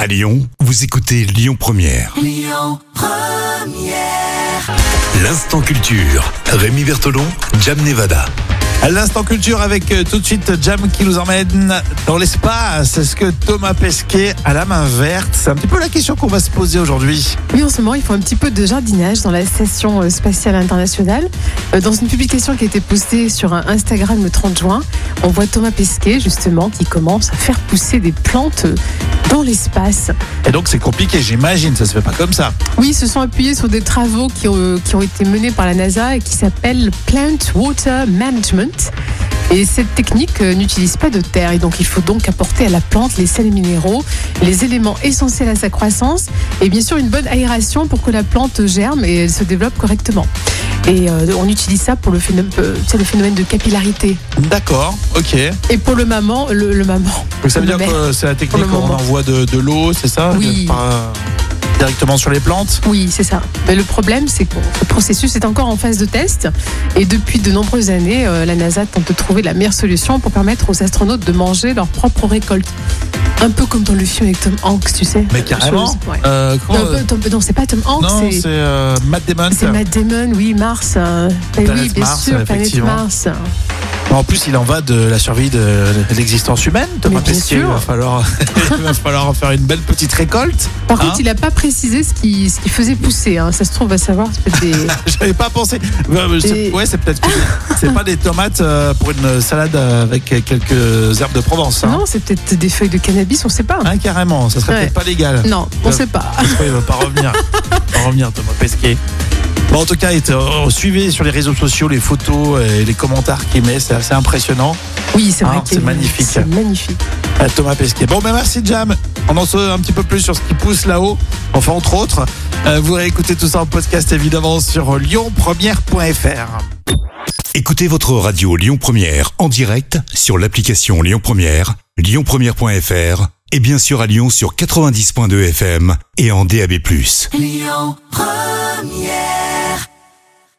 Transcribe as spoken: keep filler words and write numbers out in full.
À Lyon, vous écoutez Lyon Première. Lyon Première. L'instant culture. Rémi Bertolon, Jam Nevada. À l'instant culture avec euh, tout de suite Jam qui nous emmène dans l'espace. Est-ce que Thomas Pesquet a la main verte? C'est un petit peu la question qu'on va se poser aujourd'hui. Oui, en ce moment, ils font un petit peu de jardinage dans la station spatiale internationale. Dans une publication qui a été postée sur Instagram le trente juin, on voit Thomas Pesquet, justement, qui commence à faire pousser des plantes dans l'espace. Et donc c'est compliqué, j'imagine, ça se fait pas comme ça. Oui, ils se sont appuyés sur des travaux qui ont, qui ont été menés par la NASA et qui s'appellent Plant Water Management. Et cette technique n'utilise pas de terre et donc il faut donc apporter à la plante les sels minéraux, les éléments essentiels à sa croissance et bien sûr une bonne aération pour que la plante germe et elle se développe correctement. Et euh, on utilise ça pour le phénomène, euh, c'est le phénomène de capillarité. D'accord, ok. Et pour le maman, le, le maman. Donc ça veut dire le que c'est la technique où on envoie de, de l'eau, c'est ça? Oui. Par, directement sur les plantes? Oui, c'est ça. Mais le problème, c'est que ce processus est encore en phase de test. Et depuis de nombreuses années, euh, la NASA tente de trouver la meilleure solution pour permettre aux astronautes de manger leur propre récolte. Un peu comme dans le film avec Tom Hanks, tu sais. Mais carrément. Ouais. Euh, comment... non, Tom, non, c'est pas Tom Hanks. Non, c'est, c'est euh, Matt Damon. C'est Matt Damon, oui, Mars. Euh, oui, bien Mars, sûr, Planète Mars. En plus, il en va de la survie de l'existence humaine, Thomas Pesquet. Il va falloir, il va falloir faire une belle petite récolte. Par hein contre, il n'a pas précisé ce qu'il ce qui faisait pousser. Hein. Ça se trouve, on va savoir. C'est peut-être des... J'avais pas pensé. Et... Ouais, c'est peut-être que c'est pas des tomates pour une salade avec quelques herbes de Provence. Hein. Non, c'est peut-être des feuilles de cannabis, on sait pas. Hein, carrément, ça serait ouais. peut-être pas légal. Non, on ne sait pas. Il va pas revenir. Il va revenir, Thomas Pesquet. Bon, en tout cas, euh, suivez sur les réseaux sociaux les photos et les commentaires qu'il met, c'est assez impressionnant. Oui, c'est vrai, hein, c'est magnifique. C'est magnifique. Euh, Thomas Pesquet. Bon, ben merci Jam. On en sait un petit peu plus sur ce qui pousse là-haut. Enfin, entre autres, euh, vous réécoutez tout ça en podcast évidemment sur lyon première point f r. Écoutez votre radio Lyon Première en direct sur l'application Lyon Première, lyon première point f r et bien sûr à Lyon sur quatre-vingt-dix point deux F M et en D A B plus. Lyon Première.